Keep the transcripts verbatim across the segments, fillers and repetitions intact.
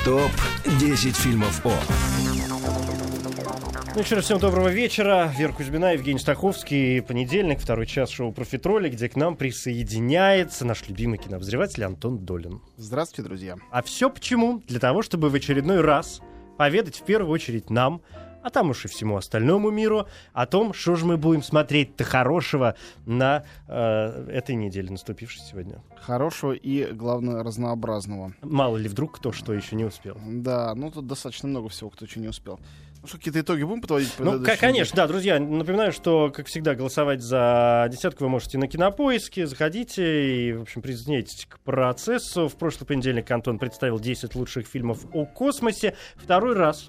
топ десять фильмов О. Ну, еще раз всем доброго вечера. Вера Кузьмина, Евгений Стаховский. Понедельник, второй час шоу «Профитроли», где к нам присоединяется наш любимый кинообозреватель Антон Долин. Здравствуйте, друзья. А все почему? Для того, чтобы в очередной раз поведать в первую очередь нам, а там уж и всему остальному миру, о том, что же мы будем смотреть-то хорошего на э, этой неделе, наступившей сегодня. Хорошего и, главное, разнообразного. Мало ли вдруг кто что еще не успел. Да, ну тут достаточно много всего, кто еще не успел. Ну что, какие-то итоги будем подводить? Ну, к- конечно, да, друзья, напоминаю, что, как всегда, голосовать за десятку вы можете на Кинопоиске. Заходите и, в общем, присоединяйтесь к процессу. В прошлый понедельник Антон представил десять лучших фильмов о космосе. Второй раз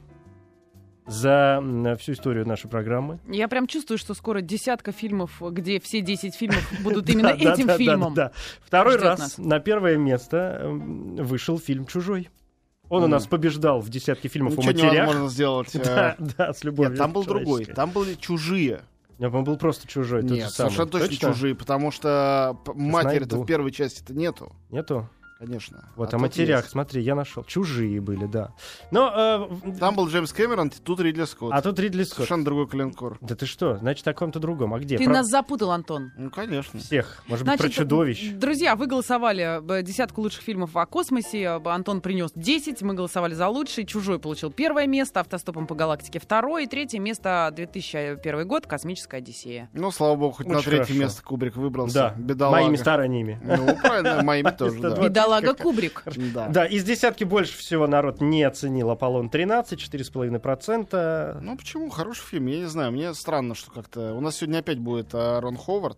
за всю историю нашей программы. Я прям чувствую, что скоро десятка фильмов, где все десять фильмов будут именно этим фильмом. Второй раз на первое место вышел фильм «Чужой». Он у нас побеждал в десятке фильмов о матерях. Ничего невозможно сделать. Да, да, с любовью. Нет, там был другой. Там были «Чужие». Он был просто «Чужой». Нет, совершенно точно «Чужие», потому что матери-то в первой части-то нету. Нету? Конечно. Вот, а о матерях, есть. Смотри, я нашел. «Чужие» были, да. Но, э, там был Джеймс Кэмерон, тут Ридли Скотт. А тут Ридли Скотт. Совершенно другой коленкор. Да ты что? Значит, о ком-то другом. А где? Ты Про... нас запутал, Антон. Ну, конечно. Всех. Может Значит, быть, про чудовищ. Друзья, вы голосовали десятку лучших фильмов о космосе. Антон принес десять. Мы голосовали за лучший. «Чужой» получил первое место. «Автостопом по галактике» второе. И третье место две тысячи первый год. «Космическая Одиссея». Ну, слава богу, хоть Очень на третье хорошо. место Кубрик выбрался. Да. Бедолага. Моими стараниями. Ну, правильно, моими тоже, да. Бедолага Кубрик. Да. Да, из десятки больше всего народ не оценил «Аполлон тринадцать», четыре с половиной процента. Ну почему? Хороший фильм, я не знаю. Мне странно, что как-то... У нас сегодня опять будет а, Рон Ховард,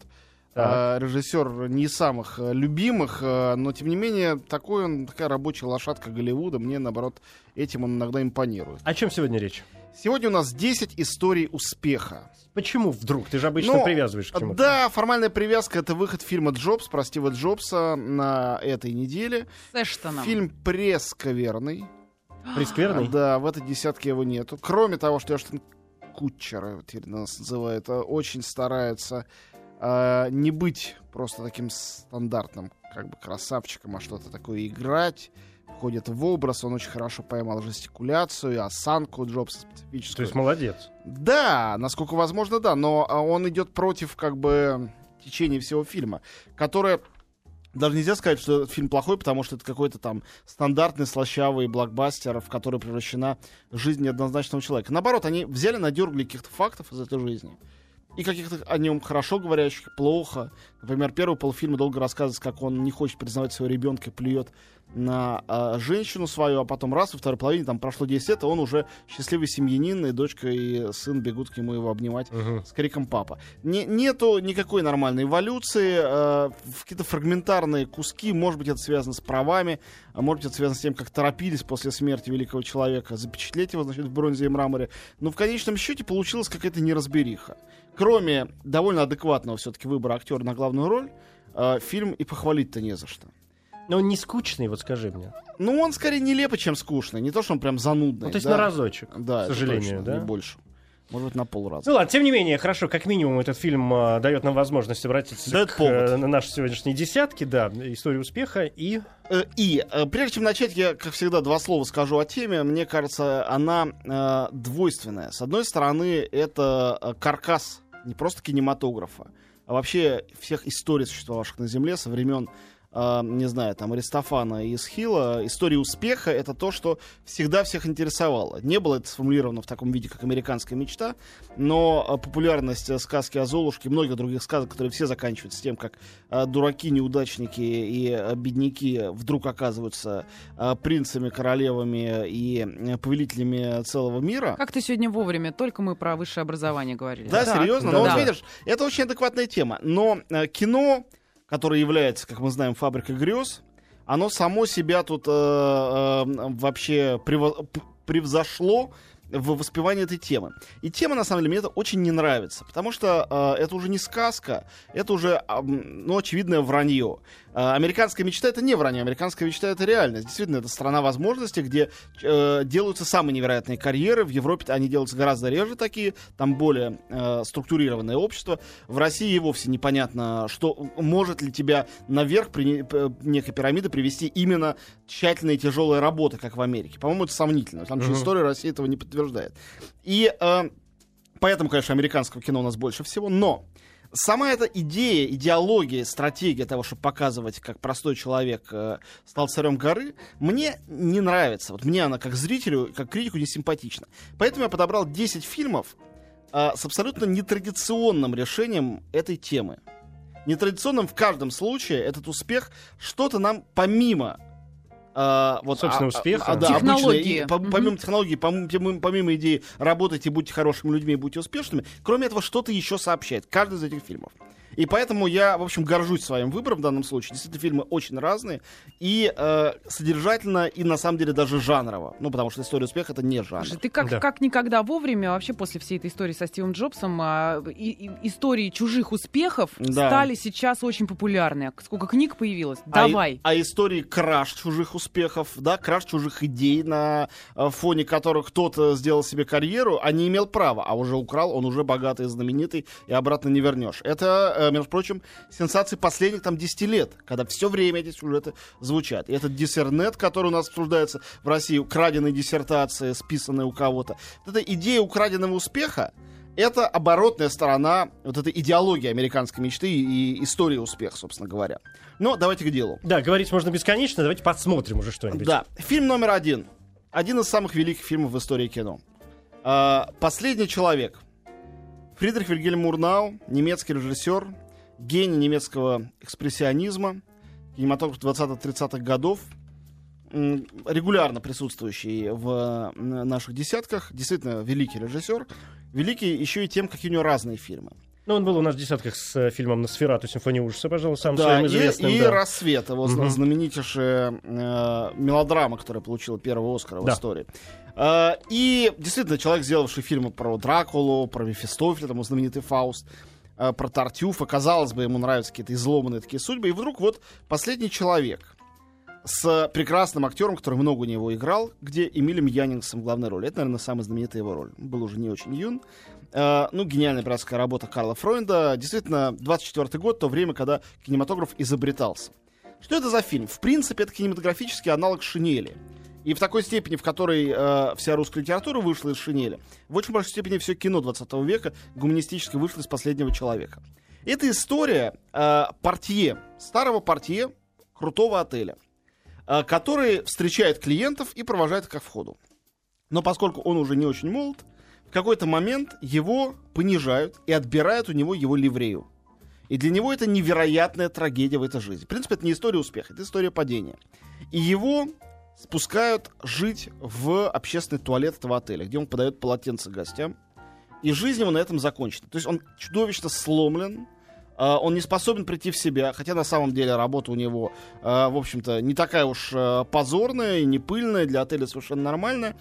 а, режиссер не из самых а, любимых, а, но тем не менее такой он, такая рабочая лошадка Голливуда. Мне, наоборот, этим он иногда импонирует. О чем сегодня речь? Сегодня у нас десять историй успеха. Почему вдруг? Ты же обычно ну, привязываешь к чему-то. Да, формальная привязка — это выход фильма «Джобс», про Стива Джобса на этой неделе. С Эштоном. Фильм прескверный. Прескверный? Да, в этой десятке его нету. Кроме того, что Эштон Кутчер, теперь нас называют, очень старается э, не быть просто таким стандартным как бы красавчиком, а что-то такое играть. Входит в образ, он очень хорошо поймал жестикуляцию, осанку Джобса специфическую. То есть молодец. Да, насколько возможно, да, но он идет против как бы течения всего фильма, которое... Даже нельзя сказать, что этот фильм плохой, потому что это какой-то там стандартный слащавый блокбастер, в который превращена жизнь неоднозначного человека. Наоборот, они взяли, надергали каких-то фактов из этой жизни. И каких-то о нем хорошо говорящих, плохо. Например, первый полфильма долго рассказывается, как он не хочет признавать своего ребенка и плюет на э, женщину свою, а потом раз, во второй половине, там прошло десять лет, а он уже счастливый семьянин, и дочка, и сын бегут к нему его обнимать uh-huh. с криком «папа». Не, нету никакой нормальной эволюции, э, какие-то фрагментарные куски, может быть, это связано с правами, а может быть, это связано с тем, как торопились после смерти великого человека запечатлеть его, значит, в бронзе и мраморе. Но в конечном счете получилась какая-то неразбериха. Кроме довольно адекватного все-таки выбора актера на главную роль, э, фильм и похвалить-то не за что. Но он не скучный, вот скажи мне. Ну, он скорее нелепый, чем скучный. Не то, что он прям занудный. Ну, то есть да? на разочек, да, к сожалению, точно, да? Не больше. Может быть, на полраза. Ну ладно, тем не менее, хорошо, как минимум этот фильм э, дает нам возможность обратиться дает к э, на наши сегодняшние десятки, да, историю успеха и... Э, и, э, прежде чем начать, я, как всегда, два слова скажу о теме. Мне кажется, она э, двойственная. С одной стороны, это э, каркас не просто кинематографа, а вообще всех историй, существовавших на Земле со времен Uh, не знаю, там, Аристофана и Эсхила. История успеха — это то, что всегда всех интересовало. Не было это сформулировано в таком виде, как «Американская мечта», но uh, популярность uh, сказки о Золушке и многих других сказок, которые все заканчиваются тем, как uh, дураки, неудачники и uh, бедняки вдруг оказываются uh, принцами, королевами и uh, повелителями целого мира. Как ты сегодня вовремя, только мы про высшее образование говорили. Да, так. серьезно? Да, но да. вот видишь, это очень адекватная тема. Но uh, кино, которое является, как мы знаем, фабрикой грез, оно само себя тут э, э, вообще прево- превзошло в воспевании этой темы. И тема, на самом деле, мне это очень не нравится, потому что э, это уже не сказка, это уже, э, ну, очевидное вранье. Э, американская мечта — это не вранье, американская мечта — это реальность. Действительно, это страна возможностей, где э, делаются самые невероятные карьеры. В Европе они делаются гораздо реже такие, там более э, структурированное общество. В России вовсе непонятно, что может ли тебя наверх при э, некой пирамиды привести именно тщательная и тяжелая работа, как в Америке. По-моему, это сомнительно. Там mm-hmm. история России этого не подтверждает. И э, поэтому, конечно, американского кино у нас больше всего. Но сама эта идея, идеология, стратегия того, чтобы показывать, как простой человек э, стал царем горы, мне не нравится. Вот мне она как зрителю, как критику не симпатична. Поэтому я подобрал десять фильмов э, с абсолютно нетрадиционным решением этой темы. Нетрадиционным в каждом случае этот успех что-то нам помимо Uh, вот, собственно, а, успеха. А, да, технологии. Обычно, и, по, помимо mm-hmm. технологий, помимо, помимо идеи работайте, будьте хорошими людьми, будьте успешными, кроме этого, что-то еще сообщает каждый из этих фильмов. И поэтому я, в общем, горжусь своим выбором в данном случае. Действительно, фильмы очень разные. И э, содержательно, и на самом деле даже жанрово. Ну, потому что история успеха — это не жанр. Слушай, ты как, да. как никогда вовремя, вообще после всей этой истории со Стивом Джобсом, а, и, и, истории чужих успехов да. стали сейчас очень популярны. Сколько книг появилось? Давай. А, а истории краш чужих успехов, да, краш чужих идей, на фоне которых кто-то сделал себе карьеру, а не имел права, а уже украл, он уже богатый и знаменитый, и обратно не вернешь. Это, между прочим, сенсации последних там десяти лет, когда все время эти сюжеты звучат. И этот диссернет, который у нас обсуждается в России, краденые диссертации, списанные у кого-то. Вот эта идея украденного успеха — это оборотная сторона вот этой идеологии американской мечты и истории успеха, собственно говоря. Но давайте к делу. Да, говорить можно бесконечно, давайте посмотрим уже что-нибудь. Да, фильм номер один. Один из самых великих фильмов в истории кино. «Последний человек». Фридрих Вильгельм Мурнау, немецкий режиссер, гений немецкого экспрессионизма, кинематограф двадцатых-тридцатых годов, регулярно присутствующий в наших десятках, действительно великий режиссер, великий еще и тем, какие у него разные фильмы. Ну, он был у нас в десятках с фильмом «Носферату. Симфония ужаса», пожалуй, самым да, своим известным. И, да. и «Рассвет», его угу. знаменитейшая э, мелодрама, которая получила первый Оскар да. в истории. Э, и действительно, человек, сделавший фильмы про Дракулу, про Мефистофеля, там знаменитый «Фауст», э, про Тартюфа. Казалось бы, ему нравятся какие-то изломанные такие судьбы. И вдруг вот «Последний человек» с прекрасным актером, который много у него играл, где Эмилем Янингсом в главной роли. Это, наверное, самая знаменитая его роль. Он был уже не очень юн. Uh, ну, гениальная братская работа Карла Фройнда. Действительно, двадцать четвёртый год, то время, когда кинематограф изобретался. Что это за фильм? В принципе, это кинематографический аналог «Шинели». И в такой степени, в которой uh, вся русская литература вышла из «Шинели», в очень большой степени все кино двадцатого века гуманистически вышло из «Последнего человека». Это история uh, портье, старого портье крутого отеля, uh, который встречает клиентов и провожает их ко входу. Но поскольку он уже не очень молод, в какой-то момент его понижают и отбирают у него его ливрею. И для него это невероятная трагедия в этой жизни. В принципе, это не история успеха, это история падения. И его спускают жить в общественный туалет этого отеля, где он подает полотенце гостям. И жизнь его на этом закончена. То есть он чудовищно сломлен, он не способен прийти в себя, хотя на самом деле работа у него, в общем-то, не такая уж позорная и не пыльная, для отеля совершенно нормальная.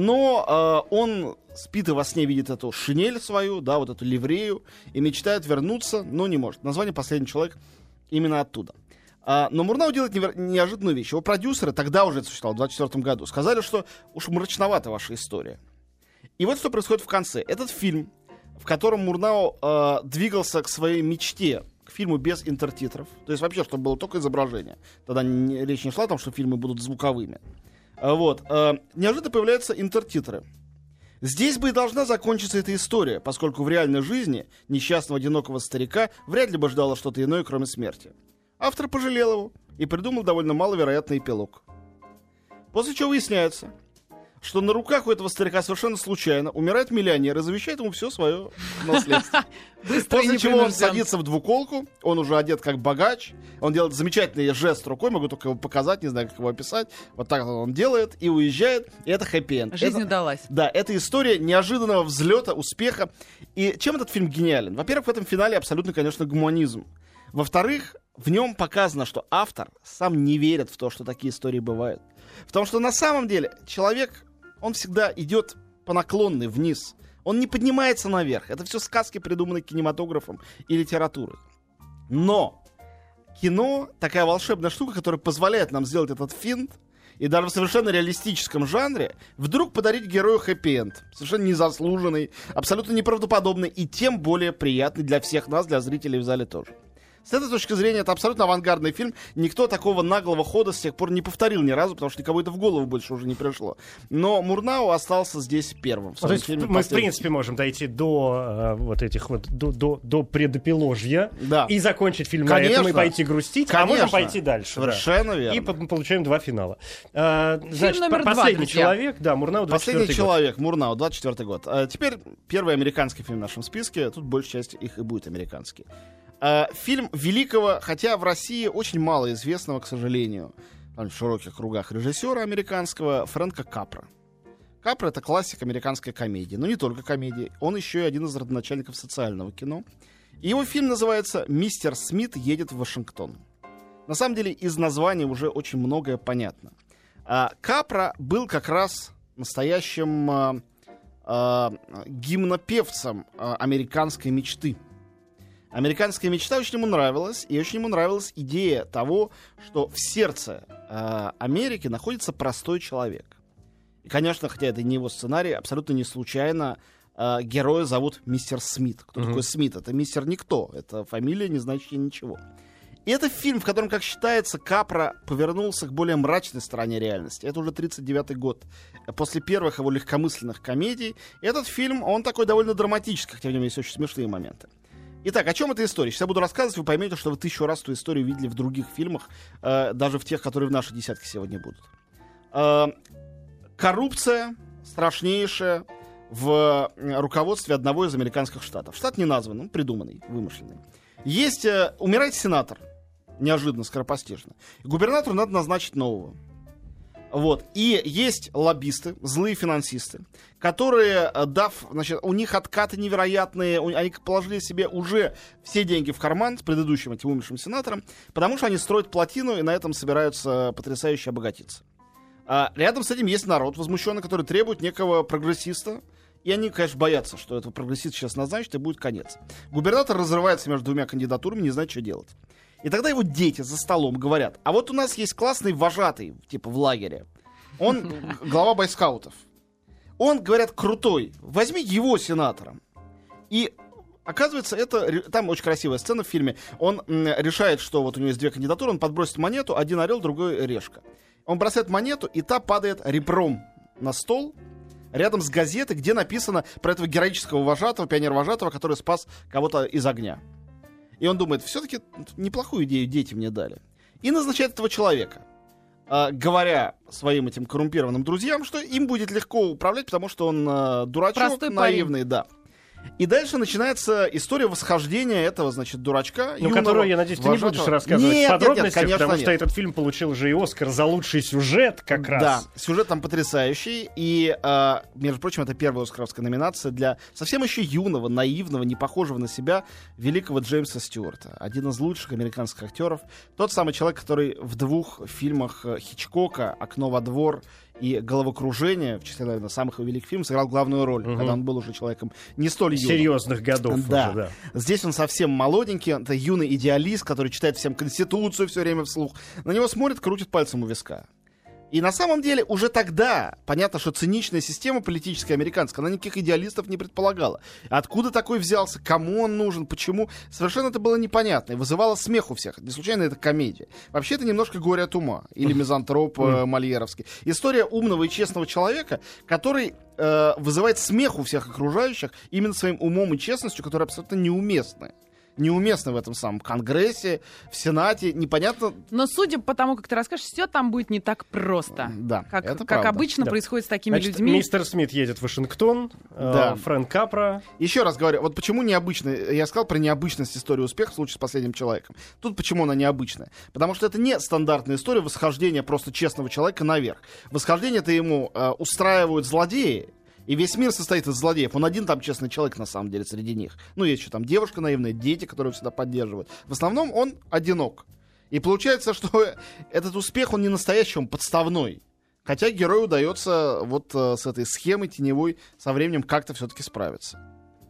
Но э, он спит и во сне видит эту шинель свою, да, вот эту ливрею, и мечтает вернуться, но не может. Название «Последний человек» именно оттуда. А, но Мурнау делает невер... неожиданную вещь. Его продюсеры, тогда уже это существовало, в двадцать четвёртом году, сказали, что уж мрачновата ваша история. И вот что происходит в конце. Этот фильм, в котором Мурнау э, двигался к своей мечте, к фильму без интертитров, то есть вообще, чтобы было только изображение. Тогда не, речь не шла о том, что фильмы будут звуковыми. Вот. Неожиданно появляются интертитры. Здесь бы и должна закончиться эта история, поскольку в реальной жизни несчастного одинокого старика вряд ли бы ждало что-то иное, кроме смерти. Автор пожалел его и придумал довольно маловероятный эпилог. После чего выясняется, что на руках у этого старика совершенно случайно умирает миллионер и завещает ему все свое наследство. После чего он садится в двуколку, он уже одет как богач, он делает замечательный жест рукой, могу только его показать, не знаю, как его описать. Вот так он делает и уезжает, и это хэппи-энд. Жизнь это, удалась. Да, это история неожиданного взлета, успеха. И чем этот фильм гениален? Во-первых, в этом финале абсолютно, конечно, гуманизм. Во-вторых, в нем показано, что автор сам не верит в то, что такие истории бывают. Потому что на самом деле человек, он всегда идет по наклонной вниз. Он не поднимается наверх. Это все сказки, придуманные кинематографом и литературой. Но кино — такая волшебная штука, которая позволяет нам сделать этот финт и даже в совершенно реалистическом жанре вдруг подарить герою хэппи-энд. Совершенно незаслуженный, абсолютно неправдоподобный и тем более приятный для всех нас, для зрителей в зале тоже. С этой точки зрения это абсолютно авангардный фильм. Никто такого наглого хода с тех пор не повторил ни разу, потому что никому это в голову больше уже не пришло. Но Мурнау остался здесь первым. Ну, то есть мы, в принципе, можем дойти до э, вот этих вот, до, до, до предэпиложья, да, и закончить фильм на этом и пойти грустить, конечно, а можем пойти дальше. Совершенно, да, верно. И мы получаем два финала. Э, значит, номер «Последний два, человек», да, Мурнау, двадцать четвёртый «Последний человек», год. Мурнау, двадцать четвёртый год. А теперь первый американский фильм в нашем списке. Тут большая часть их и будет американский. Uh, фильм великого, хотя в России очень мало известного, к сожалению, в широких кругах режиссера американского Фрэнка Капра. Капра — это классик американской комедии, но не только комедии. Он еще и один из родоначальников социального кино. И его фильм называется «Мистер Смит едет в Вашингтон». На самом деле из названия уже очень многое понятно. Uh, Капра был как раз настоящим uh, uh, гимнопевцем uh, американской мечты. Американская мечта очень ему нравилась, и очень ему нравилась идея того, что в сердце э, Америки находится простой человек. И, конечно, хотя это не его сценарий, абсолютно не случайно э, героя зовут мистер Смит. Кто mm-hmm. такой Смит? Это мистер Никто. Это фамилия, не значащая ничего. И это фильм, в котором, как считается, Капра повернулся к более мрачной стороне реальности. Это уже тридцать девятый год. После первых его легкомысленных комедий. И этот фильм, он такой довольно драматический, хотя в нем есть очень смешные моменты. Итак, о чем эта история? Сейчас я буду рассказывать, вы поймете, что вы тысячу раз эту историю видели в других фильмах, э, даже в тех, которые в нашей десятке сегодня будут. Э, коррупция страшнейшая в руководстве одного из американских штатов. Штат не назван, он придуманный, вымышленный. Есть, э, умирает сенатор, неожиданно, скоропостижно. Губернатору надо назначить нового. Вот. И есть лоббисты, злые финансисты, которые, дав, значит, у них откаты невероятные, они положили себе уже все деньги в карман с предыдущим этим умершим сенатором, потому что они строят плотину и на этом собираются потрясающе обогатиться. А рядом с этим есть народ возмущенный, который требует некого прогрессиста, и они, конечно, боятся, что этого прогрессиста сейчас назначат, и будет конец. Губернатор разрывается между двумя кандидатурами, не знает, что делать. И тогда его дети за столом говорят: а вот у нас есть классный вожатый, типа в лагере. Он глава бойскаутов. Он, говорят, крутой. Возьми его сенатором. И оказывается, это... Там очень красивая сцена в фильме. Он решает, что вот у него есть две кандидатуры, он подбросит монету, один орел, другой решка. Он бросает монету, и та падает ребром на стол, рядом с газетой, где написано про этого героического вожатого, пионер-вожатого, который спас кого-то из огня. И он думает, все-таки неплохую идею дети мне дали. И назначает этого человека, э, говоря своим этим коррумпированным друзьям, что им будет легко управлять, потому что он э, дурачок, простой наивный, парень. Да. И дальше начинается история восхождения этого, значит, дурачка. Ну, которую, я надеюсь, ты вожатого. Не будешь рассказывать нет, в подробностях, нет, нет, потому нет. что этот фильм получил же и Оскар за лучший сюжет как раз. Да, сюжет там потрясающий. И, э, между прочим, это первая оскаровская номинация для совсем еще юного, наивного, не похожего на себя великого Джеймса Стюарта. Один из лучших американских актеров. Тот самый человек, который в двух фильмах Хичкока «Окно во двор» и «Головокружение», в числе, наверное, самых великих фильмов, сыграл главную роль, угу. когда он был уже человеком не столь юным. Серьезных годов да. уже, да. Здесь он совсем молоденький, это юный идеалист, который читает всем Конституцию все время вслух. На него смотрит, крутит пальцем у виска. И на самом деле уже тогда понятно, что циничная система политическая американская, она никаких идеалистов не предполагала. Откуда такой взялся, кому он нужен, почему, совершенно это было непонятно и вызывало смех у всех. Не случайно это комедия. Вообще это немножко «Горе от ума» или «Мизантроп» э, мольеровский. История умного и честного человека, который э, вызывает смех у всех окружающих именно своим умом и честностью, которые абсолютно неуместны. Неуместно в этом самом Конгрессе, в Сенате, непонятно. Но судя по тому, как ты расскажешь, все там будет не так просто. Да, как, это как правда. обычно да. происходит с такими Значит, людьми. Мистер Смит едет в Вашингтон, да. э, Фрэнк Капра. Еще раз говорю, вот почему необычно, я сказал про необычность истории успеха в случае с «Последним человеком». Тут почему она необычная? Потому что это не стандартная история восхождения просто честного человека наверх. Восхождение-то ему э, устраивают злодеи. И весь мир состоит из злодеев. Он один там честный человек, на самом деле, среди них. Ну, есть еще там девушка наивная, дети, которые всегда поддерживают. В основном он одинок. И получается, что этот успех, он не настоящий, он подставной. Хотя герою удается вот э, с этой схемой теневой со временем как-то все-таки справиться.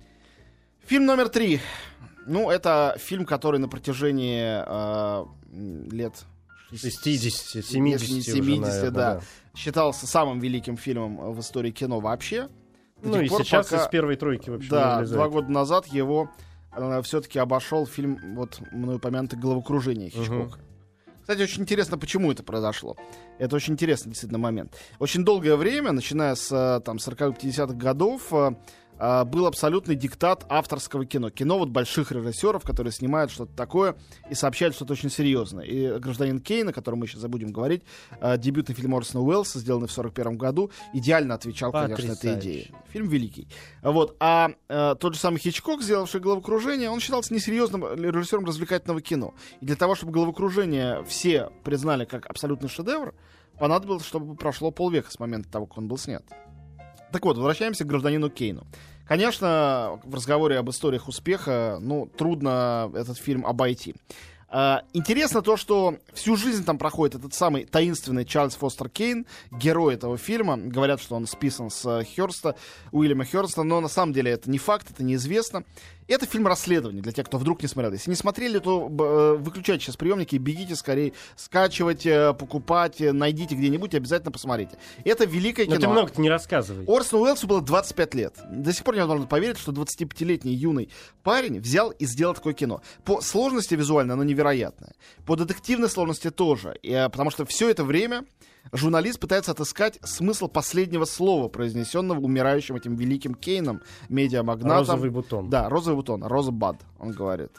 Фильм номер три. Ну, это фильм, который на протяжении э, лет шестьдесят, семьдесят, семьдесят уже, наверное, да, да. считался самым великим фильмом в истории кино вообще. До Ну и пор, сейчас пока... из первой тройки вообще Да, не вылезает. два года назад его э, все-таки обошел фильм, вот мной упомянутый «Головокружение» Хичкока. Угу. Кстати, очень интересно, почему это произошло. Это очень интересный действительно момент. Очень долгое время, начиная с там, сороковых-пятидесятых годов, был абсолютный диктат авторского кино. Кино вот больших режиссеров, которые снимают что-то такое и сообщают что-то очень серьезное. И «Гражданин Кейн», о котором мы сейчас забудем говорить, дебютный фильм Орсона Уэллса, сделанный в сорок первом году, идеально отвечал, конечно, этой идее. Фильм великий. Вот. А э, тот же самый Хичкок, сделавший «Головокружение», он считался несерьезным режиссером развлекательного кино. И для того, чтобы «Головокружение» все признали как абсолютный шедевр, понадобилось, чтобы прошло полвека с момента того, как он был снят. Так вот, возвращаемся к «Гражданину Кейну». Конечно, в разговоре об историях успеха, ну, трудно этот фильм обойти. Uh, интересно то, что всю жизнь там проходит этот самый таинственный Чарльз Фостер Кейн, герой этого фильма. Говорят, что он списан с Хёрста, Уильяма Хёрста, но на самом деле это не факт, это неизвестно. Это фильм расследования, для тех, кто вдруг не смотрел. Если не смотрели, то э, выключайте сейчас приемники и бегите скорее скачивать, э, покупать, э, найдите где-нибудь и обязательно посмотрите. Это великое кино. Но ты много-то не рассказывай. Орсону Уэллсу было двадцать пять лет. До сих пор невозможно поверить, что двадцатипятилетний юный парень взял и сделал такое кино. По сложности визуально оно невероятное. По детективной сложности тоже. И, э, потому что все это время журналист пытается отыскать смысл последнего слова, произнесенного умирающим этим великим Кейном, медиамагнатом. Розовый бутон. Да, розовый бутон, розабад, он говорит.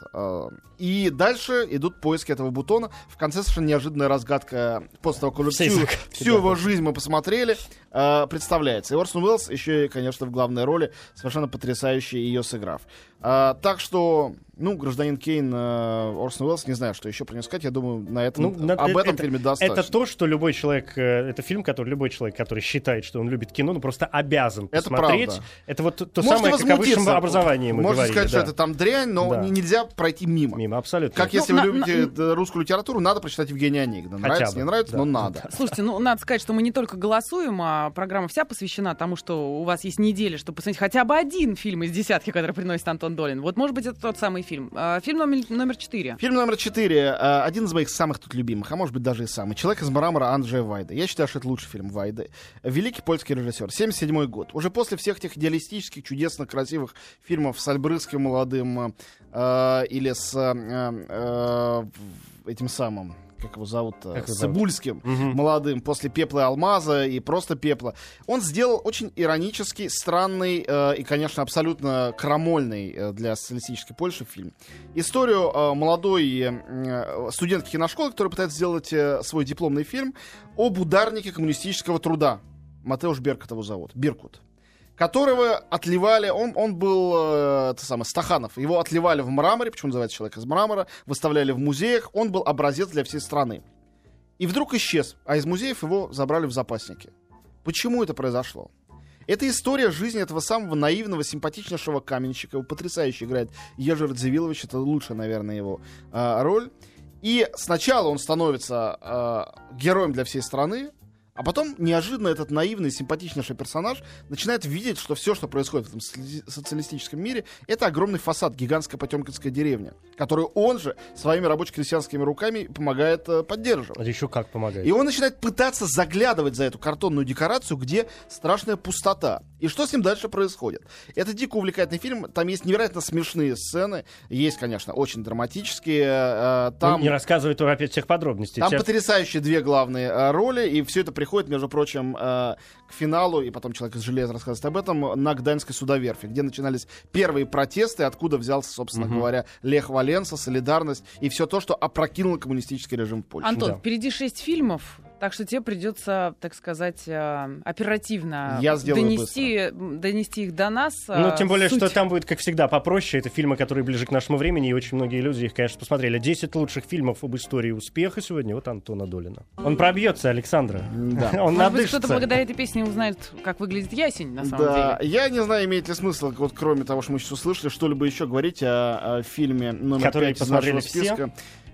И дальше идут поиски этого бутона. В конце совершенно неожиданная разгадка, после того, как всю, всю его жизнь мы посмотрели, представляется. И Орсон Уэллс еще и, конечно, в главной роли, совершенно потрясающе ее сыграв. Так что, ну, «Гражданин Кейн», Орсон Уэллс, не знаю, что еще про него сказать. Я думаю, на этом, ну, на, об этом это, фильме достаточно. Это то, что любой человек, это фильм, который любой человек, который считает, что он любит кино, ну, просто обязан это посмотреть. Правда. Это вот то самое, как о высшем образовании мы Можно говорили. сказать, да. что это там дрянь, но да. нельзя пройти мимо. Мимо, абсолютно. Как ну, если на, вы любите на, русскую литературу, надо прочитать Евгения Онегина. Нравится, бы, не нравится, да. но надо. Слушайте, ну, надо сказать, что мы не только голосуем, а программа вся посвящена тому, что у вас есть неделя, чтобы посмотреть хотя бы один фильм из десятки, который приносит Антон Долин. Вот, может быть, это тот самый фильм. Фильм номер, номер четыре. Фильм номер четыре. Один из моих самых тут любимых, а может быть даже и самый. «Человек из мрамора» Анджея Вайды. Я считаю, что это лучший фильм Вайды. Великий польский режиссер. семьдесят седьмой год. Уже после всех тех идеалистических, чудесно красивых фильмов с Альбрыцким молодым э, или с э, э, этим самым... как его зовут-то, как с зовут? Цибульским, угу. молодым, после «Пепла и алмаза» и просто «Пепла». Он сделал очень иронический, странный э, и, конечно, абсолютно крамольный э, для социалистической Польши фильм. Историю э, молодой э, студентки киношколы, которая пытается сделать э, свой дипломный фильм об ударнике коммунистического труда. Матеуш Беркут его зовут, Биркут. Которого отливали, он, он был, э, это самое, Стаханов, его отливали в мраморе, почему называется «Человек из мрамора», выставляли в музеях, он был образец для всей страны. И вдруг исчез, а из музеев его забрали в запасники. Почему это произошло? Это история жизни этого самого наивного, симпатичнейшего каменщика, его потрясающе играет Ежи Радзивиллович, это лучшая, наверное, его э, роль. И сначала он становится э, героем для всей страны, а потом неожиданно этот наивный, симпатичнейший персонаж начинает видеть, что все, что происходит в этом социалистическом мире, это огромный фасад, гигантская потемкинская деревня, которую он же своими рабоче-крестьянскими руками помогает э, поддерживать. Это еще как помогает. И он начинает пытаться заглядывать за эту картонную декорацию, где страшная пустота. И что с ним дальше происходит? Это дико увлекательный фильм, там есть невероятно смешные сцены, есть, конечно, очень драматические. Э, там... Ну, не рассказывай тоже опять всех подробностей. Там Тебя... потрясающие две главные э, роли, и все это приходит, между прочим, э, к финалу, и потом «Человек из железа» рассказывает об этом, на Гданьской судоверфи, где начинались первые протесты, откуда взялся, собственно угу. говоря, Лех Валенса, солидарность и все то, что опрокинуло коммунистический режим в Польше. Антон, да. впереди шесть фильмов, так что тебе придется, так сказать, оперативно Я донести, донести их до нас. Ну, тем более, суть. что там будет, как всегда, попроще. Это фильмы, которые ближе к нашему времени, и очень многие люди их, конечно, посмотрели. десять лучших фильмов об истории успеха сегодня от Антона Долина. Он пробьется, Александра. Да. Он Может быть, надышится. кто-то благодаря этой песне узнает, как выглядит ясень, на самом Да, деле. я не знаю, имеет ли смысл, вот кроме того, что мы сейчас услышали, что-либо еще говорить о, о фильме номер Который пять из нашего посмотрели списка. все.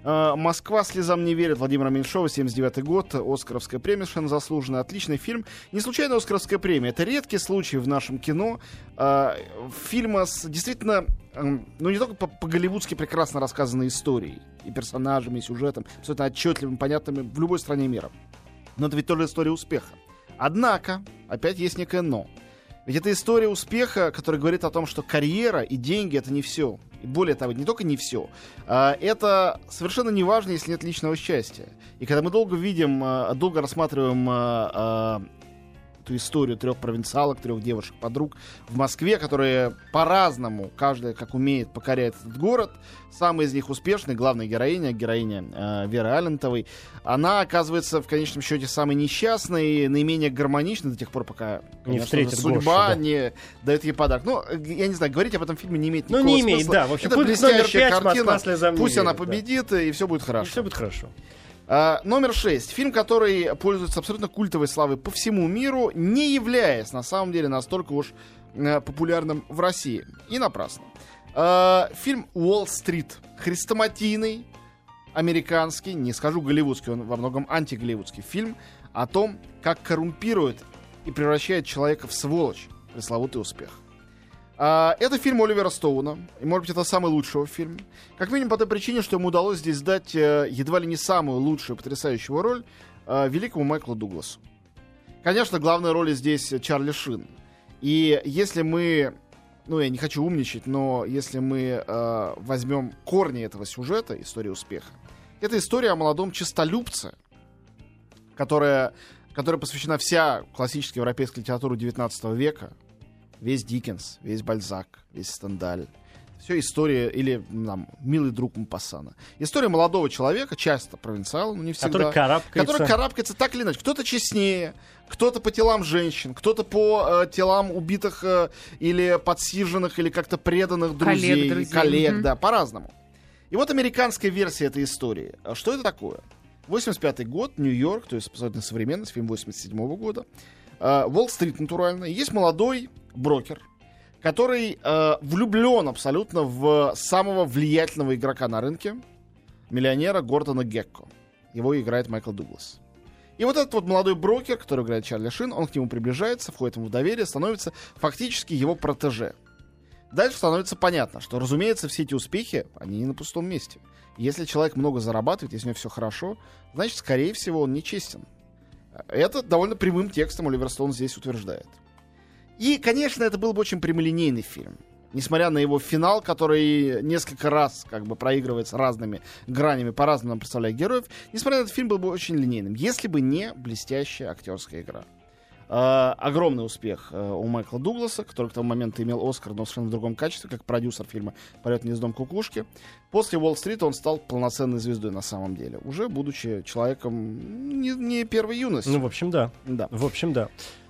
«Москва слезам не верит» Владимира Меньшова, семьдесят девятый год, оскаровская премия совершенно заслуженная, отличный фильм. Не случайно оскаровская премия, это редкий случай в нашем кино э, фильма с действительно, э, ну не только по- по-голливудски прекрасно рассказанной историей, и персонажами, и сюжетом, абсолютно отчетливыми, понятными в любой стране мира. Но это ведь тоже история успеха. Однако, опять есть некое «но». Ведь это история успеха, которая говорит о том, что карьера и деньги — это не все. И более того, не только не все. А, это совершенно не важно, если нет личного счастья. И когда мы долго видим, а, долго рассматриваем а, а, эту историю трех провинциалок, трех девушек-подруг в Москве, которые по-разному, каждая как умеет, покоряет этот город. Самая из них успешная, главная героиня, героиня э, Веры Алентовой, она оказывается в конечном счете самой несчастной, наименее гармоничной до тех пор, пока, Не конечно, встретит судьба Гошу, да. не дает ей подарок. Ну, я не знаю, говорить об этом фильме не имеет Ну, никакого не имеет, смысла. да. В общем, это пункт номер блестящая пять, картина. «Москва слезам не Пусть верит», она да. победит, и все будет хорошо. И все будет хорошо. А, номер шесть. Фильм, который пользуется абсолютно культовой славой по всему миру, не являясь на самом деле настолько уж э, популярным в России. И напрасно. А, фильм «Уолл-стрит». Хрестоматийный, американский, не скажу голливудский, он во многом антиголливудский фильм о том, как коррумпирует и превращает человека в сволочь пресловутый успех. А, это фильм Оливера Стоуна. И, может быть, это самый лучший его фильм. Как минимум по той причине, что ему удалось здесь дать э, едва ли не самую лучшую, потрясающую роль э, великому Майклу Дугласу. Конечно, главной роли здесь Чарли Шин. И если мы... Ну, я не хочу умничать, но если мы э, возьмем корни этого сюжета, истории успеха, это история о молодом честолюбце, которая, которая посвящена вся классическая европейская литература девятнадцатого века. Весь Диккенс, весь Бальзак, весь Стендаль. Все история, или нам, «Милый друг Мопассана». История молодого человека, часто провинциала, но не всегда. Который карабкается. Который карабкается так или иначе. Кто-то честнее, кто-то по телам женщин, кто-то по э, телам убитых э, или подсиженных, или как-то преданных друзей, Коллег, друзей. коллег, Мгм. да, по-разному. И вот американская версия этой истории. А что это такое? восемьдесят пятый год, Нью-Йорк, то есть абсолютно современность, фильм восемьдесят седьмого года. Э, Уолл-стрит, натурально. И есть молодой брокер, который э, влюблен абсолютно в самого влиятельного игрока на рынке, миллионера Гордона Гекко. Его играет Майкл Дуглас. И вот этот вот молодой брокер, который играет Чарли Шин, он к нему приближается, входит ему в доверие, становится фактически его протеже. Дальше становится понятно, что, разумеется, все эти успехи, они не на пустом месте. Если человек много зарабатывает, если у него все хорошо, значит, скорее всего, он нечестен. Это довольно прямым текстом Оливер Стоун здесь утверждает. И, конечно, это был бы очень прямолинейный фильм. Несмотря на его финал, который несколько раз как бы проигрывается разными гранями, по-разному нам представляя героев, несмотря на этот фильм был бы очень линейным, если бы не блестящая актерская игра. Э, огромный успех э, у Майкла Дугласа, который к тому моменту имел Оскар, но совершенно в другом качестве, как продюсер фильма «Полет не из дом кукушки». После «Уолл-стрита» он стал полноценной звездой на самом деле, уже будучи человеком не, не первой юности. Ну, в общем, да. Да. В общем, да.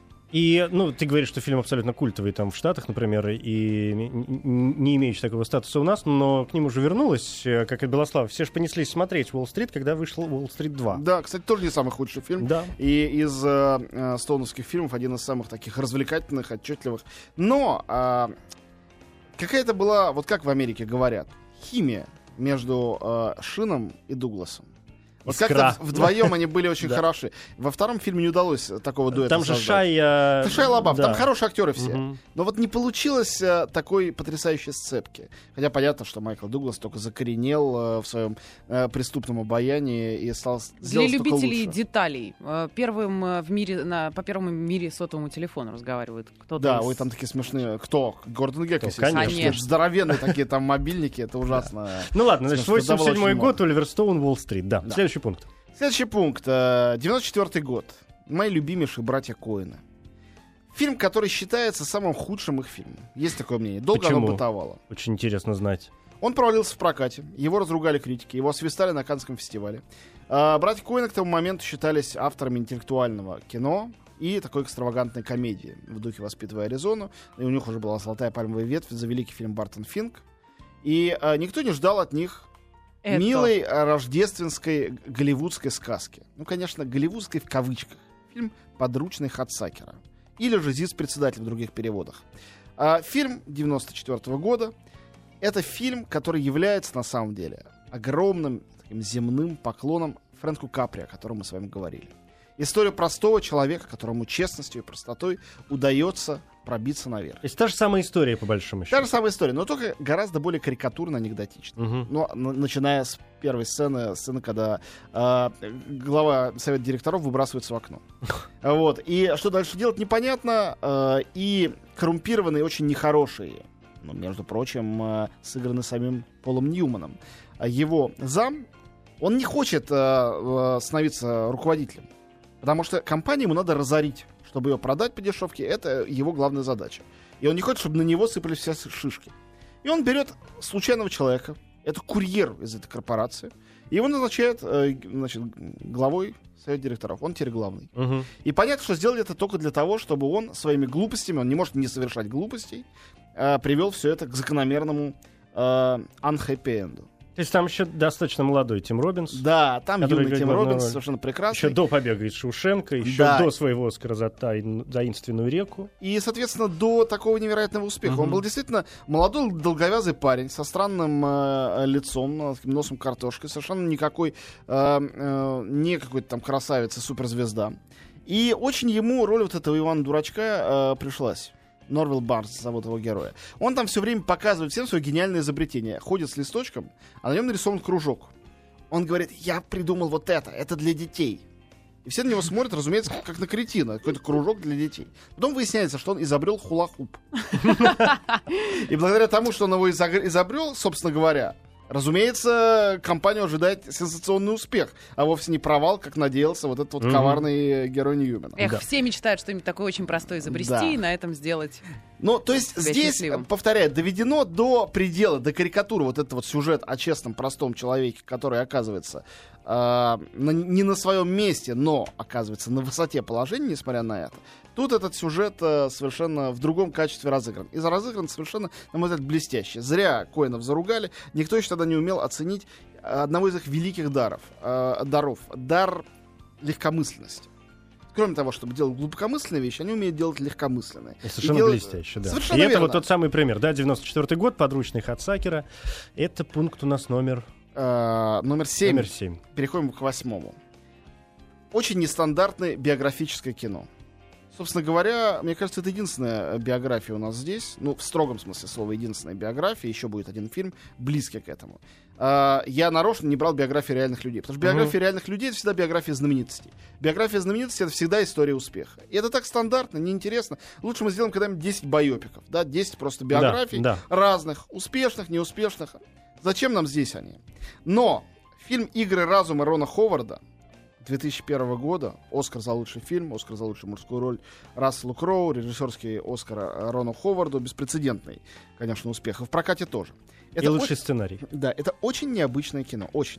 И, ну, ты говоришь, что фильм абсолютно культовый там в Штатах, например, и не, не имеющий такого статуса у нас, но к нему же вернулась, как и Белослав. Все же понеслись смотреть «Уолл-стрит», когда вышел «Уолл-стрит два». Да, кстати, тоже не самый худший фильм. Да. И из э, э, стоуновских фильмов один из самых таких развлекательных, отчетливых. Но э, какая-то была, вот как в Америке говорят, химия между э, Шином и Дугласом. Вот Искра. как-то вдвоем они были очень Да. хороши. Во втором фильме не удалось такого дуэта Там же создать. Шайя... Это Шайя Лабаф, Да. там хорошие актеры все. Мгм. Но вот не получилось э, такой потрясающей сцепки. Хотя понятно, что Майкл Дуглас только закоренел э, в своем э, преступном обаянии и стал с- Для сделать только любителей лучше. деталей. э, Первым э, в мире, на, по первому в мире сотовому телефону разговаривает кто-то. Да, из- ой, там такие смешные. Кто? Гордон Гекко, Кто? естественно. Конечно. Конечно. Здоровенные такие там мобильники, это ужасно. Ну ладно, значит, Потому что восемьдесят седьмой давало очень год, Оливер Стоун, «Уолл-стрит». Да. Да. Следующий пункт. Следующий пункт. э, девяносто четвёртый год. Мои любимейшие братья Коэны. Фильм, который считается самым худшим их фильмом. Есть такое мнение. Долго Почему? оно бытовало. Очень интересно знать. Он провалился в прокате, его разругали критики, его освистали на Каннском фестивале. А, братья Коэны к тому моменту считались авторами интеллектуального кино и такой экстравагантной комедии в духе «Воспитывая Аризону». И у них уже была «Золотая пальмовая ветвь» за великий фильм «Бартон Финк». И а, никто не ждал от них Это. милой а, рождественской голливудской сказки. Ну, конечно, голливудской в кавычках. Фильм «Подручный Хадсакера». Или же «Зиц-председатель» в других переводах. А, фильм девяносто четвёртого года. Это фильм, который является на самом деле огромным таким земным поклоном Фрэнку Капри, о котором мы с вами говорили. История простого человека, которому честностью и простотой удается пробиться наверх. То есть та же самая история, по большому счету. Та же самая история, но только гораздо более карикатурно анекдотично. Мгм. Но н- начиная с первой сцены, сцены, когда э, глава совета директоров выбрасывается в окно. Вот. И что дальше делать, непонятно. Э, и коррумпированные, очень нехорошие, ну, между прочим, э, сыграны самим Полом Ньюманом. А его зам, он не хочет э, э, становиться руководителем. Потому что компанию ему надо разорить, чтобы ее продать по дешевке. Это его главная задача. И он не хочет, чтобы на него сыпались все шишки. И он берет случайного человека, это курьер из этой корпорации, и его назначает э, значит, главой совета директоров. Он теперь главный. Мгм. И понятно, что сделали это только для того, чтобы он своими глупостями, он не может не совершать глупостей, э, привел все это к закономерному э, unhappy-энду. То есть там еще достаточно молодой Тим Роббинс. Да, там Который юный играет Тим главную Роббинс роль. совершенно прекрасный. Еще до побега из Шоушенка, еще Да. до своего Оскара за тайн- таинственную реку. И, соответственно, до такого невероятного успеха. Мгм. Он был действительно молодой, долговязый парень со странным э, лицом, э, таким носом картошкой, совершенно никакой, э, э, не какой-то там красавец и суперзвезда. И очень ему роль вот этого Ивана-дурачка э, пришлась. Норвилл Барнс зовут его героя. Он там все время показывает всем свое гениальное изобретение. Ходит с листочком, а на нем нарисован кружок. Он говорит, я придумал вот это, это для детей. И все на него смотрят, разумеется, как на кретина. Какой-то кружок для детей. Потом выясняется, что он изобрел хула-хуп. И благодаря тому, что он его изог- изобрел, собственно говоря, разумеется, компанию ожидает сенсационный успех, а вовсе не провал, как надеялся вот этот вот Мгм. коварный герой Ньюмена. Эх, Да. все мечтают что-нибудь такое очень простое изобрести Да. и на этом сделать. Ну, то есть Себя здесь, счастливым. повторяю, доведено до предела, до карикатуры вот этот вот сюжет о честном, простом человеке, который оказывается э, на- не на своем месте, но оказывается на высоте положения, несмотря на это. Тут этот сюжет э, совершенно в другом качестве разыгран. И разыгран совершенно, на мой взгляд, блестяще. Зря Коэнов заругали. Никто еще тогда не умел оценить одного из их великих даров. э, даров. Дар легкомысленности. Кроме того, чтобы делать глубокомысленные вещи, они умеют делать легкомысленные. И совершенно делают- блестяще, да. Совершенно И это верно. вот тот самый пример, да, девяносто четвёртый год, подручный Хадсакера. Это пункт у нас номер, Э, номер семь. номер семь. Переходим к восьмому. Очень нестандартное биографическое кино. Собственно говоря, мне кажется, это единственная биография у нас здесь. Ну, в строгом смысле слова, единственная биография. Еще будет один фильм, близкий к этому. А, я нарочно не брал биографии реальных людей. Потому что биография реальных людей — это всегда биография знаменитостей. Биография знаменитостей — это всегда история успеха. И это так стандартно, неинтересно. Лучше мы сделаем когда-нибудь десять байопиков. Да, десять просто биографий Да, разных, успешных, неуспешных. Зачем нам здесь они? Но фильм «Игры разума» Рона Ховарда две тысячи первого года, Оскар за лучший фильм, Оскар за лучшую мужскую роль Расселу Кроу, режиссерский Оскар э, Рону Ховарду, беспрецедентный, конечно, успех. И в прокате тоже. И лучший очень- сценарий. Да, это очень необычное кино, очень.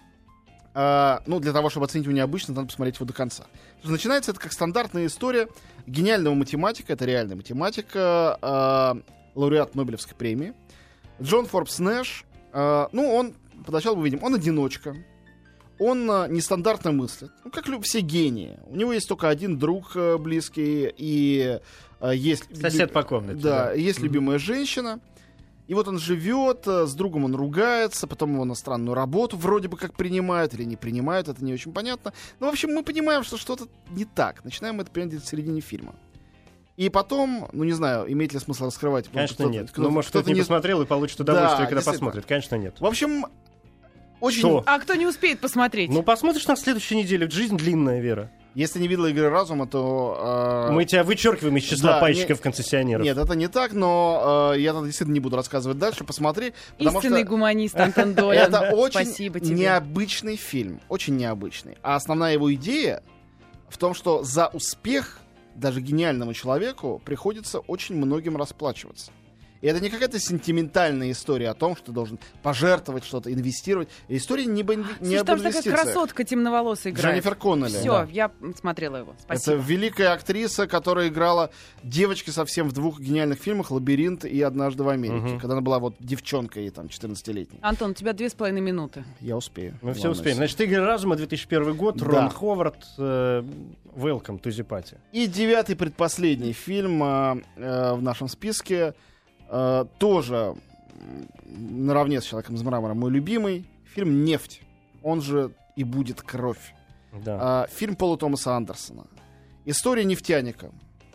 А, ну, для того, чтобы оценить его необычно, надо посмотреть его до конца. Потому что начинается это как стандартная история гениального математика, это реальный математик, а, а, лауреат Нобелевской премии, Джон Форбс Нэш. А, ну, он, поначалу мы видим, он одиночка, он а, нестандартно мыслит, ну, как лю- все гении. У него есть только один друг а, близкий, и а, есть... Сосед по комнате, Да, да. есть Мгм. любимая женщина. И вот он живет, э, с другом он ругается, потом его на странную работу вроде бы как принимают или не принимают, это не очень понятно. Но, в общем, мы понимаем, что что-то не так. Начинаем это понимать где-то в середине фильма. И потом, ну не знаю, имеет ли смысл раскрывать. потому что Конечно, кто-то- нет. кто-то- Ну, может, кто-то не посмотрел и получит удовольствие, Да, когда действительно. посмотрит. Конечно, нет. В общем, очень... Что? А кто не успеет посмотреть? Ну, посмотришь на следующей неделе. Жизнь длинная, Вера. Если не видела «Игры разума», то... э, Мы тебя вычеркиваем из числа да, пайщиков-концессионеров. Нет, это не так, но э, я действительно не буду рассказывать дальше. Посмотри, потому Истинный что... гуманист Антон Долин. Это очень Спасибо тебе. необычный фильм. Очень необычный. А основная его идея в том, что за успех даже гениальному человеку приходится очень многим расплачиваться. И это не какая-то сентиментальная история о том, что ты должен пожертвовать что-то, инвестировать. История не, об инв- не Слушай, об там же такая инвестициях. красотка темноволосая играет. Дженнифер Коннелли. Все, Да. я смотрела его. Это Спасибо. великая актриса, которая играла девочки совсем в двух гениальных фильмах «Лабиринт» и «Однажды в Америке», Мгм. когда она была вот девчонкой, там, четырнадцатилетней. Антон, у тебя две с половиной минуты. Я успею. Мы все Главное, успеем. Значит, «Игры разума», две тысячи первый год, Да. Рон Ховард, э, welcome to the party. И девятый, предпоследний фильм э, э, в нашем списке, э, тоже м, наравне с «Человеком из мрамора» мой любимый, фильм «Нефть». он же и будет «Кровь». Да. А, фильм Пола Томаса Андерсона. История нефтяника.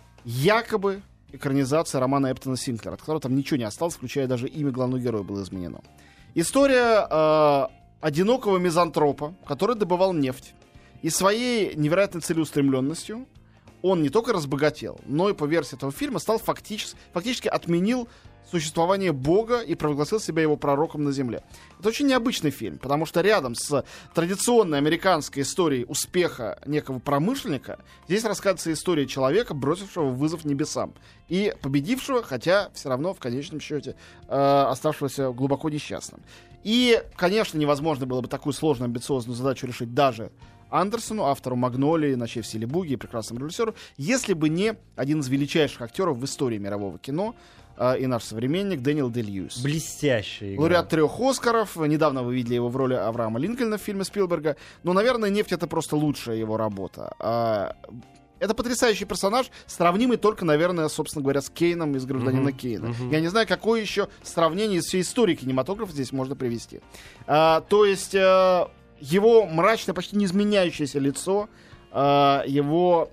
Якобы экранизация романа Эптона Синклера, от которого там ничего не осталось, включая даже имя главного героя было изменено. История э, одинокого мизантропа, который добывал нефть. И своей невероятной целеустремленностью он не только разбогател, но и по версии этого фильма стал фактически, фактически отменил существование Бога и провозгласил себя его пророком на земле. Это очень необычный фильм, потому что рядом с традиционной американской историей успеха некого промышленника здесь рассказывается история человека, бросившего вызов небесам и победившего, хотя все равно в конечном счете э, оставшегося глубоко несчастным. И, конечно, невозможно было бы такую сложную, амбициозную задачу решить даже Андерсону, автору «Магнолии», «Ночей в стиле буги» и прекрасному режиссеру, если бы не один из величайших актеров в истории мирового кино, и наш современник Дэниел Дэ-Льюис. Блестящий. Игра. Лауреат трех Оскаров. Недавно вы видели его в роли Авраама Линкольна в фильме Спилберга. Но, наверное, «Нефть» — это просто лучшая его работа. Это потрясающий персонаж, сравнимый только, наверное, собственно говоря, с Кейном из «Гражданина uh-huh, Кейна». Uh-huh. Я не знаю, какое еще сравнение из всей истории кинематографа здесь можно привести. А, то есть а, его мрачное, почти не изменяющееся лицо, а, его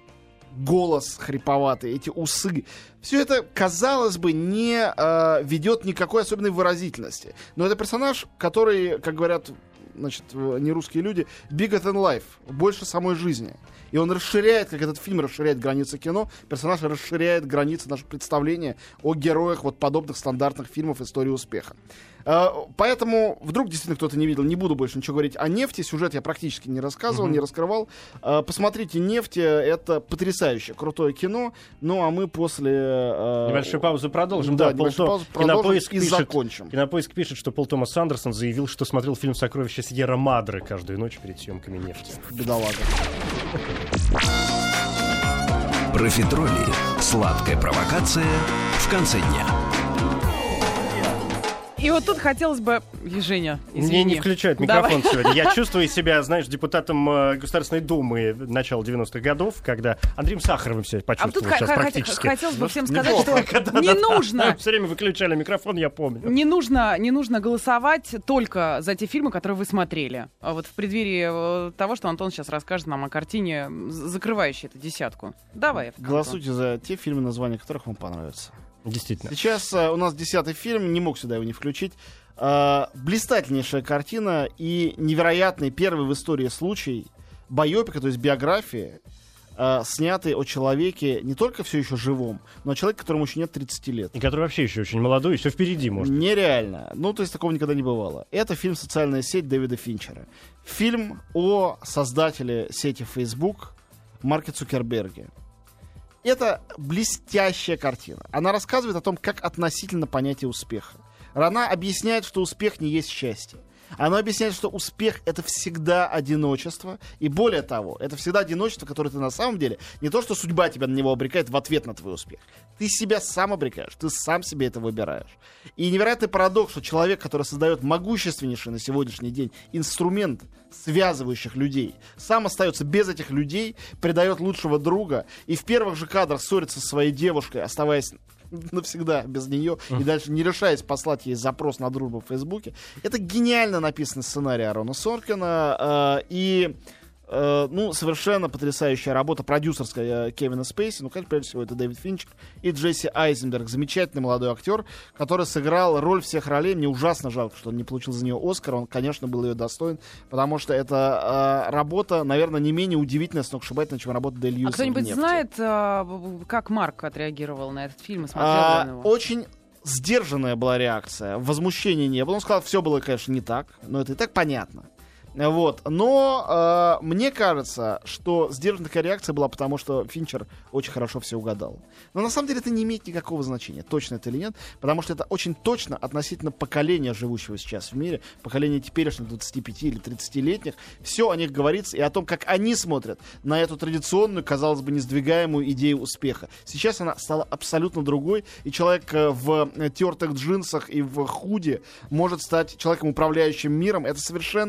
голос хриповатый, эти усы. Все это, казалось бы, не э, ведет никакой особенной выразительности. Но это персонаж, который, как говорят, значит, не русские люди, bigger than life, больше самой жизни. И он расширяет, как этот фильм расширяет границы кино, персонаж расширяет границы нашего представления о героях вот подобных стандартных фильмов истории успеха. Поэтому, вдруг действительно кто-то не видел, не буду больше ничего говорить о «Нефти». Сюжет я практически не рассказывал, mm-hmm. не раскрывал. Посмотрите «Нефть», это потрясающе крутое кино. Ну, а мы после... Небольшой паузы продолжим. Да, да небольшую Пол... паузу продолжим Кинопоиск и пишет... закончим. Кинопоиск пишет, что Пол Томас Андерсон заявил, что смотрел фильм «Сокровища Сьерра-Мадре» каждую ночь перед съемками «Нефти». Бедолага. Профитроли. Сладкая провокация в конце дня. И вот тут хотелось бы... Женя, извини. Мне не включают микрофон Давай. сегодня. Я чувствую себя, знаешь, депутатом э, Государственной Думы начала девяностых годов, когда Андреем Сахаровым себя почувствовал а тут сейчас х- практически. Хотелось бы всем сказать, Неплохо. что Да, не да, да. нужно... Все время выключали микрофон, я помню. Не нужно, не нужно голосовать только за те фильмы, которые вы смотрели. А вот в преддверии того, что Антон сейчас расскажет нам о картине, закрывающей эту десятку. Давай. Голосуйте за те фильмы, названия которых вам понравятся. Действительно. Сейчас uh, у нас десятый фильм, не мог сюда его не включить. Uh, блистательнейшая картина и невероятный первый в истории случай байопика, то есть биографии, uh, снятый о человеке не только все еще живом, но о человеке, которому еще нет тридцати лет. И который вообще еще очень молодой, и все впереди, может. Нереально. Ну, то есть такого никогда не бывало. Это фильм «Социальная сеть» Дэвида Финчера. Фильм о создателе сети Facebook Марке Цукерберге. Это блестящая картина. Она рассказывает о том, как относительно понятия успеха. Она объясняет, что успех не есть счастье. Она объясняет, что успех — это всегда одиночество. И более того, это всегда одиночество, которое ты на самом деле... Не то, что судьба тебя на него обрекает в ответ на твой успех. Ты себя сам обрекаешь, ты сам себе это выбираешь. И невероятный парадокс, что человек, который создает могущественнейший на сегодняшний день инструмент связывающих людей, сам остается без этих людей, предает лучшего друга и в первых же кадрах ссорится со своей девушкой, оставаясь навсегда без нее, и дальше не решаясь послать ей запрос на дружбу в Фейсбуке. Это гениально написанный сценарий Аарона Соркина, э, и э, ну, совершенно потрясающая работа продюсерская э, Кевина Спейси. Ну, конечно, прежде всего, это Дэвид Финчер и Джесси Айзенберг, замечательный молодой актер, который сыграл роль всех ролей. Мне ужасно жалко, что он не получил за нее Оскар. Он, конечно, был ее достоин, потому что это э, работа, наверное, не менее удивительная, сногсшибательная, чем работа Дэ Льюиса. А кто-нибудь знает, э, как Марк отреагировал на этот фильм и смотрел а, на него? Очень сдержанная была реакция, возмущения не было. Он сказал, все было, конечно, не так, но это и так понятно. Вот. Но э, мне кажется, что сдержанная такая реакция была, потому что Финчер очень хорошо все угадал. Но на самом деле это не имеет никакого значения, точно это или нет, потому что это очень точно относительно поколения, живущего сейчас в мире, поколения теперешних двадцати пяти или тридцатилетних. Все о них говорится и о том, как они смотрят на эту традиционную, казалось бы, несдвигаемую идею успеха. Сейчас она стала абсолютно другой, и человек в тертых джинсах и в худи может стать человеком, управляющим миром. Это совершенно другая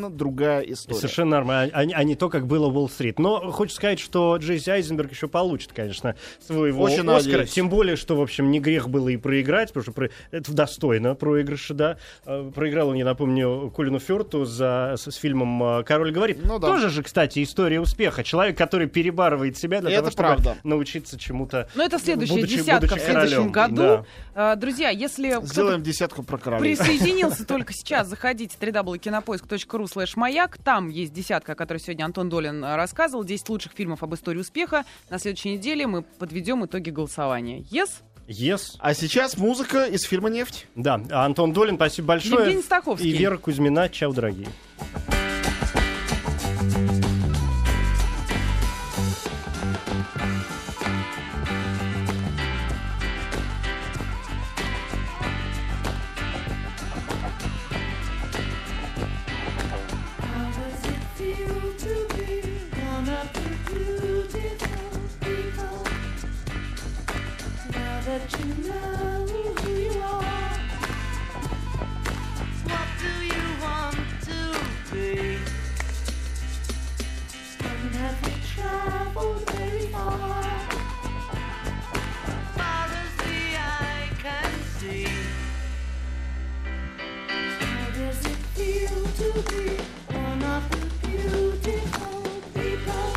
другая история. Совершенно нормально, а, а не то, как было в Уолл-стрит. Но хочется сказать, что Джесси Айзенберг еще получит, конечно, своего Очень Оскара. надеюсь. Тем более, что, в общем, не грех было и проиграть, потому что про... это достойно проигрыша, да. Проиграл он, я напомню, Колину Фёрту за... с, с фильмом «Король говорит». Ну, да. Тоже же, кстати, история успеха. Человек, который перебарывает себя для это того, чтобы правда. научиться чему-то. Ну, это следующая будучи, десятка будучи в следующем королем. году. Да. Друзья, если Сделаем десятку про королей. присоединился только сейчас, заходите в дабл ю дабл ю дабл ю точка кинопоиск точка ру слэш маяк. Там есть десятка, о которой сегодня Антон Долин рассказывал. десять лучших фильмов об истории успеха. На следующей неделе мы подведем итоги голосования. Yes? Yes. А сейчас музыка из фильма «Нефть». Да, Антон Долин, спасибо большое. Евгений Стаховский. И Вера Кузьмина. Чао, дорогие. That you know who you are. What do you want to be? And have you traveled very far? Far as the eye can see. How does it feel to be one of the beautiful people?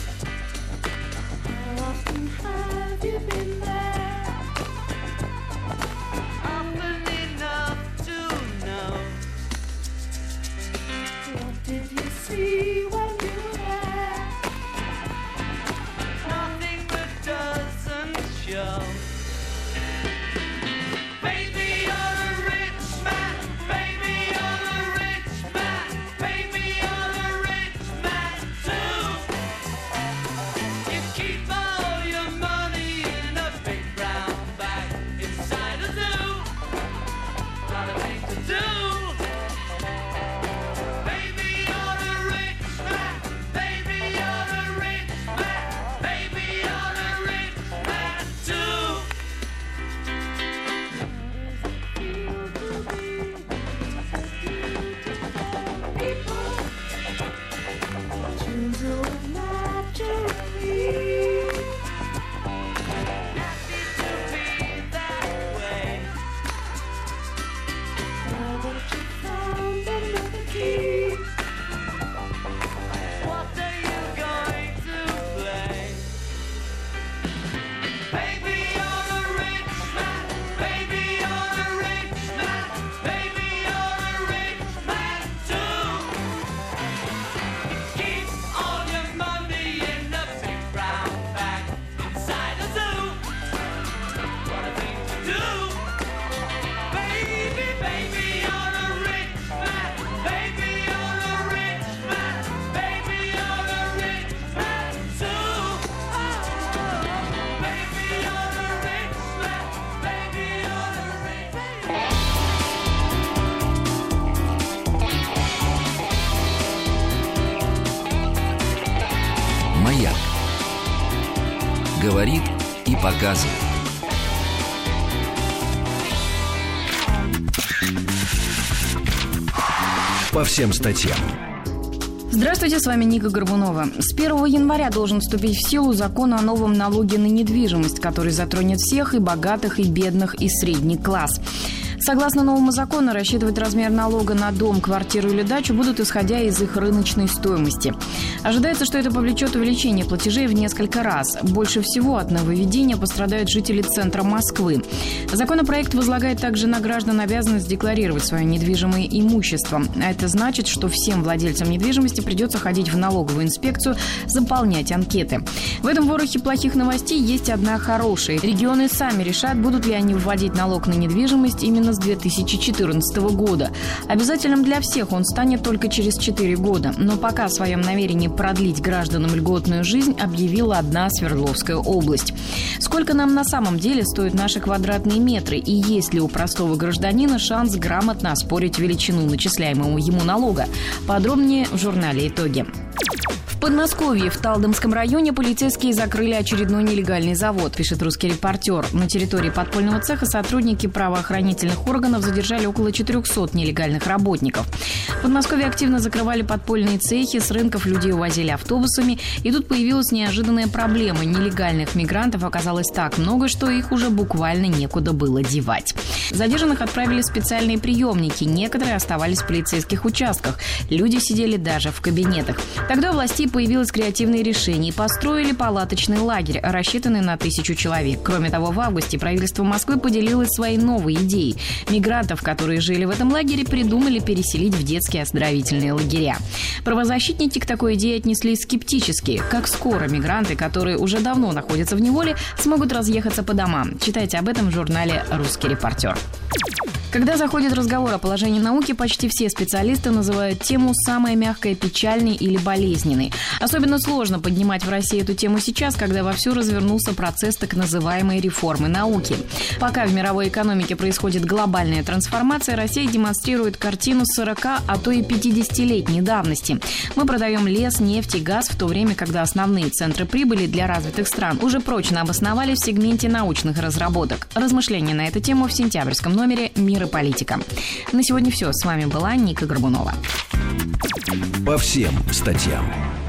How often have you been there? Did you see when you were there? Nothing that doesn't show. Baby, you're a rich man. Baby, you're a rich man. Baby, you're a rich man too. You keep all your money in a big brown bag inside a zoo. Lot of things to do. Маяк. Говорит и показывает. По всем статьям. Здравствуйте, с вами Ника Горбунова. С первого января должен вступить в силу закон о новом налоге на недвижимость, который затронет всех, и богатых, и бедных, и средний класс. Согласно новому закону, рассчитывать размер налога на дом, квартиру или дачу будут исходя из их рыночной стоимости. Ожидается, что это повлечет увеличение платежей в несколько раз. Больше всего от нововведения пострадают жители центра Москвы. Законопроект возлагает также на граждан обязанность декларировать свое недвижимое имущество. А это значит, что всем владельцам недвижимости придется ходить в налоговую инспекцию, заполнять анкеты. В этом ворохе плохих новостей есть одна хорошая. Регионы сами решат, будут ли они вводить налог на недвижимость именно с две тысячи четырнадцатого года. Обязательным для всех он станет только через четыре года. Но пока о своем намерении продлить гражданам льготную жизнь объявила одна Свердловская область. Сколько нам на самом деле стоят наши квадратные метры? И есть ли у простого гражданина шанс грамотно оспорить величину начисляемого ему налога? Подробнее в журнале «Итоги». В Подмосковье в Талдомском районе полицейские закрыли очередной нелегальный завод, пишет «Русский репортер». На территории подпольного цеха сотрудники правоохранительных органов задержали около четырехсот нелегальных работников. В Подмосковье активно закрывали подпольные цехи, с рынков людей увозили автобусами, и тут появилась неожиданная проблема. Нелегальных мигрантов оказалось так много, что их уже буквально некуда было девать. Задержанных отправили в специальные приемники, некоторые оставались в полицейских участках. Люди сидели даже в кабинетах. Тогда у властей появилось креативное решение и построили палаточный лагерь, рассчитанный на тысячу человек. Кроме того, в августе правительство Москвы поделилось своей новой идеей. Мигрантов, которые жили в этом лагере, придумали переселить в детские оздоровительные лагеря. Правозащитники к такой идее отнеслись скептически. Как скоро мигранты, которые уже давно находятся в неволе, смогут разъехаться по домам? Читайте об этом в журнале «Русский репортер». Когда заходит разговор о положении науки, почти все специалисты называют тему «самая мягкая, печальной или болезненной». Особенно сложно поднимать в России эту тему сейчас, когда вовсю развернулся процесс так называемой реформы науки. Пока в мировой экономике происходит глобальная трансформация, Россия демонстрирует картину сорока, а то и пятидесятилетней давности. Мы продаем лес, нефть и газ, в то время, когда основные центры прибыли для развитых стран уже прочно обосновались в сегменте научных разработок. Размышления на эту тему в сентябрьском номере «Мир и политика». На сегодня все. С вами была Ника Горбунова. По всем статьям.